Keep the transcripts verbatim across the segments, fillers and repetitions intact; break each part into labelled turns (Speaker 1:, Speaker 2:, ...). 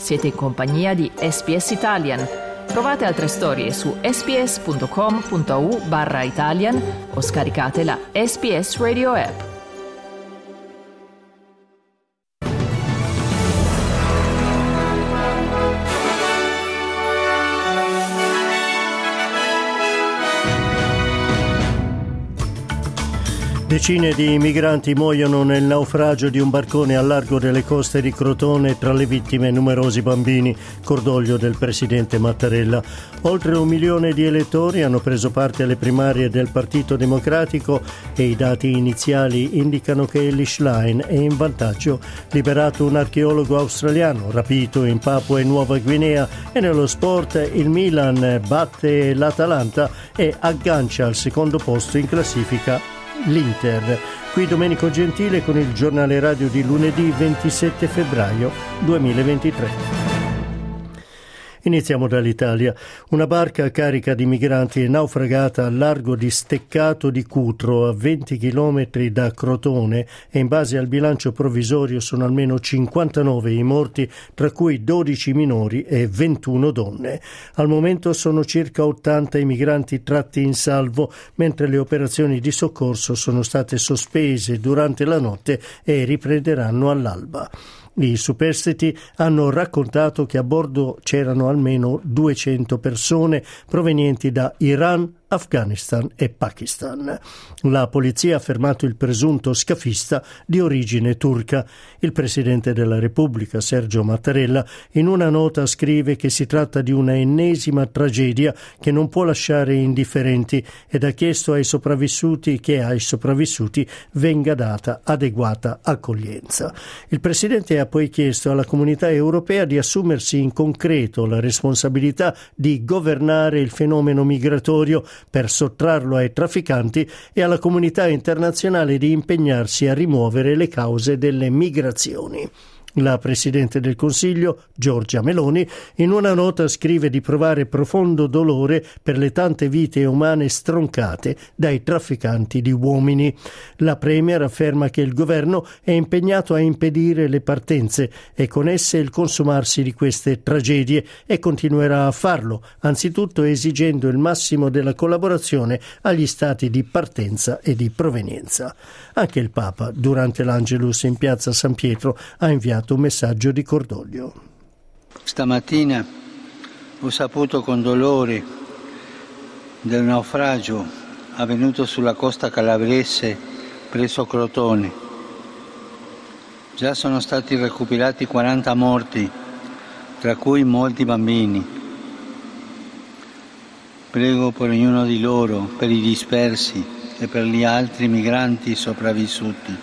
Speaker 1: Siete in compagnia di S B S Italian. Trovate altre storie su sbs.com.au barra Italian o scaricate la S B S Radio app.
Speaker 2: Decine di migranti muoiono nel naufragio di un barcone al largo delle coste di Crotone, tra le vittime numerosi bambini, cordoglio del presidente Mattarella. Oltre un milione di elettori hanno preso parte alle primarie del Partito Democratico e i dati iniziali indicano che Elish Line è in vantaggio. Liberato un archeologo australiano rapito in Papua e Nuova Guinea. E nello sport il Milan batte l'Atalanta e aggancia al secondo posto in classifica l'Inter. Qui Domenico Gentile con il giornale radio di lunedì ventisette febbraio duemilaventitré. Iniziamo dall'Italia. Una barca carica di migranti è naufragata al largo di Steccato di Cutro, a venti chilometri da Crotone, e in base al bilancio provvisorio sono almeno cinquantanove i morti, tra cui dodici minori e ventuno donne. Al momento sono circa ottanta i migranti tratti in salvo, mentre le operazioni di soccorso sono state sospese durante la notte e riprenderanno all'alba. I superstiti hanno raccontato che a bordo c'erano almeno duecento persone provenienti da Iran, Afghanistan e Pakistan. La polizia ha fermato il presunto scafista di origine turca. Il presidente della Repubblica, Sergio Mattarella, in una nota scrive che si tratta di una ennesima tragedia che non può lasciare indifferenti ed ha chiesto ai sopravvissuti che ai sopravvissuti venga data adeguata accoglienza. Il presidente ha poi chiesto alla comunità europea di assumersi in concreto la responsabilità di governare il fenomeno migratorio per sottrarlo ai trafficanti e alla comunità internazionale di impegnarsi a rimuovere le cause delle migrazioni. La Presidente del Consiglio, Giorgia Meloni, in una nota scrive di provare profondo dolore per le tante vite umane stroncate dai trafficanti di uomini. La Premier afferma che il governo è impegnato a impedire le partenze e con esse il consumarsi di queste tragedie e continuerà a farlo, anzitutto esigendo il massimo della collaborazione agli stati di partenza e di provenienza. Anche il Papa, durante l'Angelus in piazza San Pietro, ha inviato un messaggio di cordoglio.
Speaker 3: Stamattina ho saputo con dolore del naufragio avvenuto sulla costa calabrese presso Crotone. Già sono stati recuperati quaranta morti, tra cui molti bambini. Prego per ognuno di loro, per i dispersi e per gli altri migranti sopravvissuti.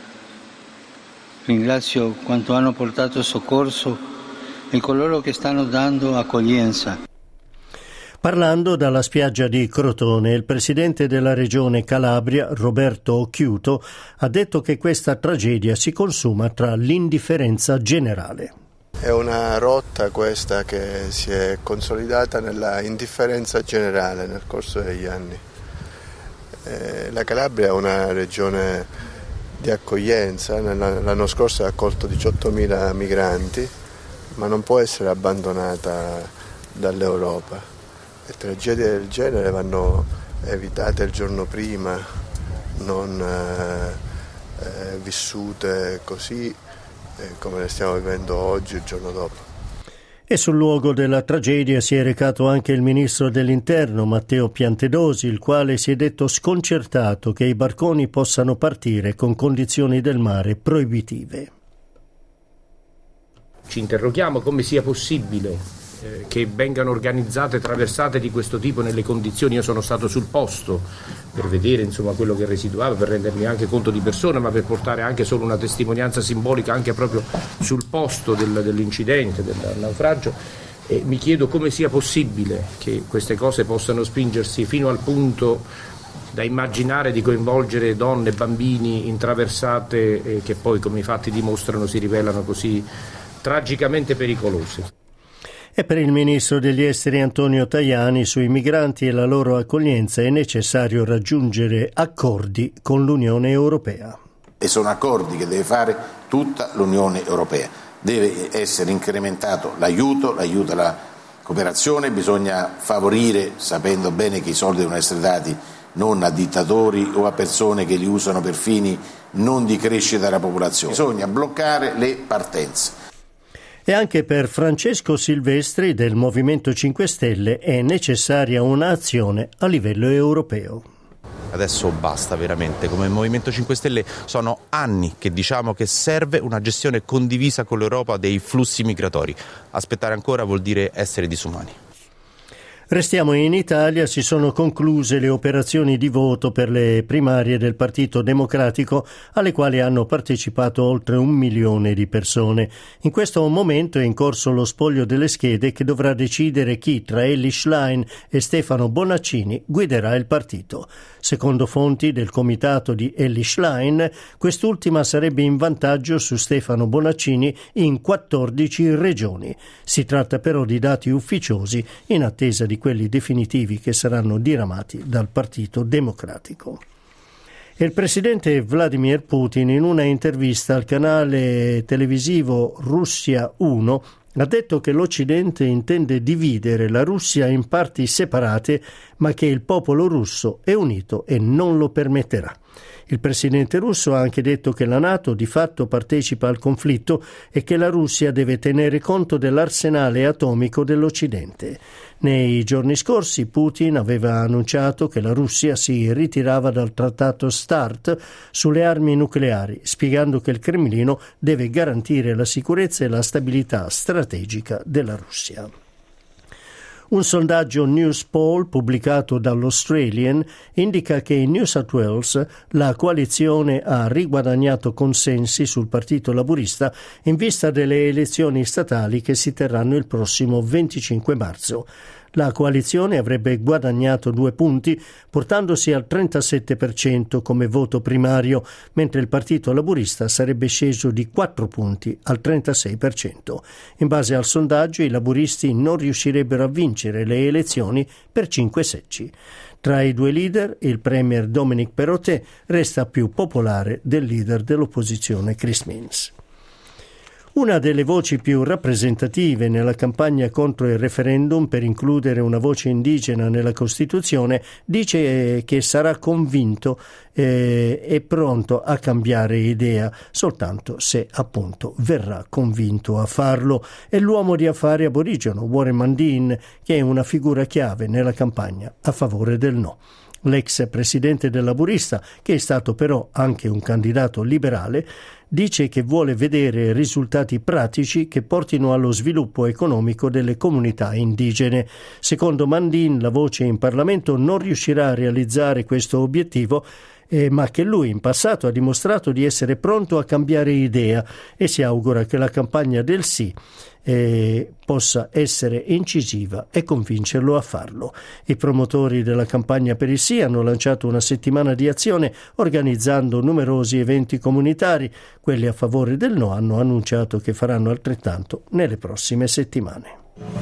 Speaker 3: Ringrazio quanto hanno portato soccorso e coloro che stanno dando accoglienza.
Speaker 2: Parlando dalla spiaggia di Crotone, il presidente della regione Calabria, Roberto Occhiuto, ha detto che questa tragedia si consuma tra l'indifferenza generale.
Speaker 4: È una rotta questa che si è consolidata nella indifferenza generale nel corso degli anni. Eh, la Calabria è una regione di accoglienza, l'anno scorso ha accolto diciottomila migranti, ma non può essere abbandonata dall'Europa. Le tragedie del genere vanno evitate il giorno prima, non eh, eh, vissute così eh, come le stiamo vivendo oggi, il giorno dopo.
Speaker 2: E sul luogo della tragedia si è recato anche il ministro dell'Interno, Matteo Piantedosi, il quale si è detto sconcertato che i barconi possano partire con condizioni del mare proibitive.
Speaker 5: Ci interroghiamo come sia possibile eh, che vengano organizzate traversate di questo tipo nelle condizioni. Io sono stato sul posto per vedere insomma quello che residuava, per rendermi anche conto di persona, ma per portare anche solo una testimonianza simbolica anche proprio sul posto del, dell'incidente, del naufragio, e mi chiedo come sia possibile che queste cose possano spingersi fino al punto da immaginare di coinvolgere donne e bambini in traversate eh, che poi, come i fatti dimostrano, si rivelano così tragicamente pericolose.
Speaker 2: E per il ministro degli esteri Antonio Tajani, sui migranti e la loro accoglienza è necessario raggiungere accordi con l'Unione Europea.
Speaker 6: E sono accordi che deve fare tutta l'Unione Europea. deve essere incrementato l'aiuto, l'aiuto alla cooperazione, bisogna favorire, sapendo bene che i soldi devono essere dati non a dittatori o a persone che li usano per fini non di crescita della popolazione, bisogna bloccare le partenze.
Speaker 2: E anche per Francesco Silvestri del Movimento cinque Stelle è necessaria un'azione a livello europeo.
Speaker 7: Adesso basta veramente, come Movimento cinque Stelle sono anni che diciamo che serve una gestione condivisa con l'Europa dei flussi migratori. Aspettare ancora vuol dire essere disumani.
Speaker 2: Restiamo in Italia, si sono concluse le operazioni di voto per le primarie del Partito Democratico alle quali hanno partecipato oltre un milione di persone. In questo momento è in corso lo spoglio delle schede che dovrà decidere chi tra Elly Schlein e Stefano Bonaccini guiderà il partito. Secondo fonti del comitato di Elly Schlein, quest'ultima sarebbe in vantaggio su Stefano Bonaccini in quattordici regioni. Si tratta però di dati ufficiosi in attesa di quelli definitivi che saranno diramati dal Partito Democratico. Il presidente Vladimir Putin, in una intervista al canale televisivo Russia uno, ha detto che l'Occidente intende dividere la Russia in parti separate, ma che il popolo russo è unito e non lo permetterà. Il presidente russo ha anche detto che la NATO di fatto partecipa al conflitto e che la Russia deve tenere conto dell'arsenale atomico dell'Occidente. Nei giorni scorsi Putin aveva annunciato che la Russia si ritirava dal trattato START sulle armi nucleari, spiegando che il Cremlino deve garantire la sicurezza e la stabilità strategica della Russia. Un sondaggio Newspoll pubblicato dall'Australian indica che in New South Wales la coalizione ha riguadagnato consensi sul Partito Laburista in vista delle elezioni statali che si terranno il prossimo venticinque marzo. La coalizione avrebbe guadagnato due punti, portandosi al trentasette per cento come voto primario, mentre il Partito Laburista sarebbe sceso di quattro punti al trentasei per cento. In base al sondaggio, i laburisti non riuscirebbero a vincere le elezioni per cinque seggi. Tra i due leader, il premier Dominic Perrottet resta più popolare del leader dell'opposizione Chris Minns. Una delle voci più rappresentative nella campagna contro il referendum per includere una voce indigena nella Costituzione dice che sarà convinto eh, e pronto a cambiare idea soltanto se appunto verrà convinto a farlo. È l'uomo di affari aborigeno Warren Mundine, che è una figura chiave nella campagna a favore del no. L'ex presidente del Laburista, che è stato però anche un candidato liberale, dice che vuole vedere risultati pratici che portino allo sviluppo economico delle comunità indigene. Secondo Mundine, la voce in Parlamento non riuscirà a realizzare questo obiettivo, eh, ma che lui in passato ha dimostrato di essere pronto a cambiare idea e si augura che la campagna del sì eh, possa essere incisiva e convincerlo a farlo. I promotori della campagna per il sì hanno lanciato una settimana di azione organizzando numerosi eventi comunitari. Quelli a favore del no hanno annunciato che faranno altrettanto nelle prossime settimane.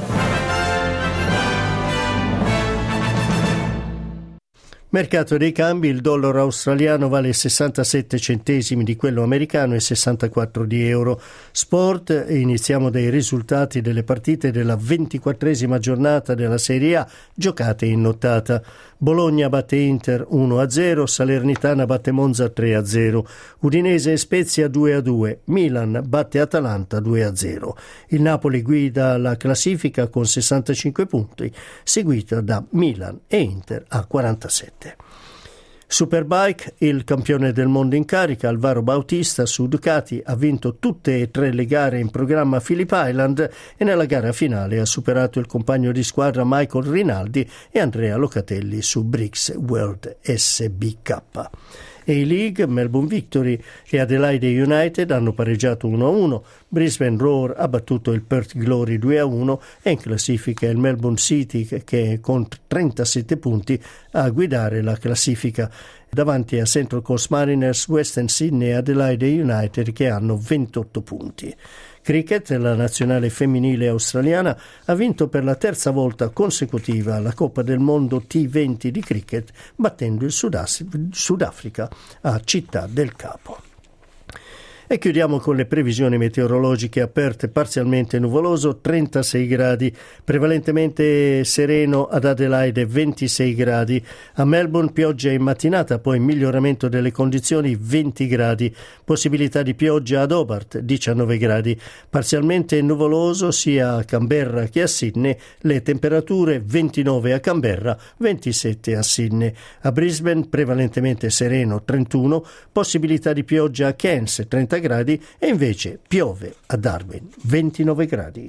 Speaker 2: Mercato dei cambi, il dollaro australiano vale sessantasette centesimi di quello americano e sessantaquattro di euro. Sport, iniziamo dai risultati delle partite della ventiquattresima giornata della Serie A giocate in nottata. Bologna batte Inter uno a zero, Salernitana batte Monza tre a zero, Udinese e Spezia due a due, Milan batte Atalanta due a zero. Il Napoli guida la classifica con sessantacinque punti, seguito da Milan e Inter a quarantasette. Superbike, il campione del mondo in carica Alvaro Bautista su Ducati ha vinto tutte e tre le gare in programma Phillip Island e nella gara finale ha superato il compagno di squadra Michael Rinaldi e Andrea Locatelli su Brix World S B K. A-League, Melbourne Victory e Adelaide United hanno pareggiato uno a uno, Brisbane Roar ha battuto il Perth Glory due a uno e in classifica il Melbourne City che con trentasette punti a guidare la classifica davanti a Central Coast Mariners, Western Sydney e Adelaide United che hanno ventotto punti. Cricket, la nazionale femminile australiana ha vinto per la terza volta consecutiva la Coppa del Mondo T venti di cricket battendo il Sudafrica a Città del Capo. E chiudiamo con le previsioni meteorologiche aperte, parzialmente nuvoloso, trentasei gradi, prevalentemente sereno ad Adelaide, ventisei gradi, a Melbourne pioggia in mattinata, poi miglioramento delle condizioni, venti gradi, possibilità di pioggia ad Hobart, diciannove gradi, parzialmente nuvoloso sia a Canberra che a Sydney, le temperature ventinove a Canberra, ventisette a Sydney, a Brisbane prevalentemente sereno, trentuno, possibilità di pioggia a Cairns, trenta gradi, e invece piove a Darwin, ventinove gradi.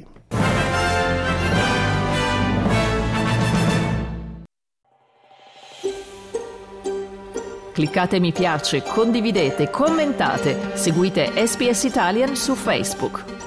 Speaker 1: Cliccate mi piace, condividete, commentate, seguite S B S Italian su Facebook.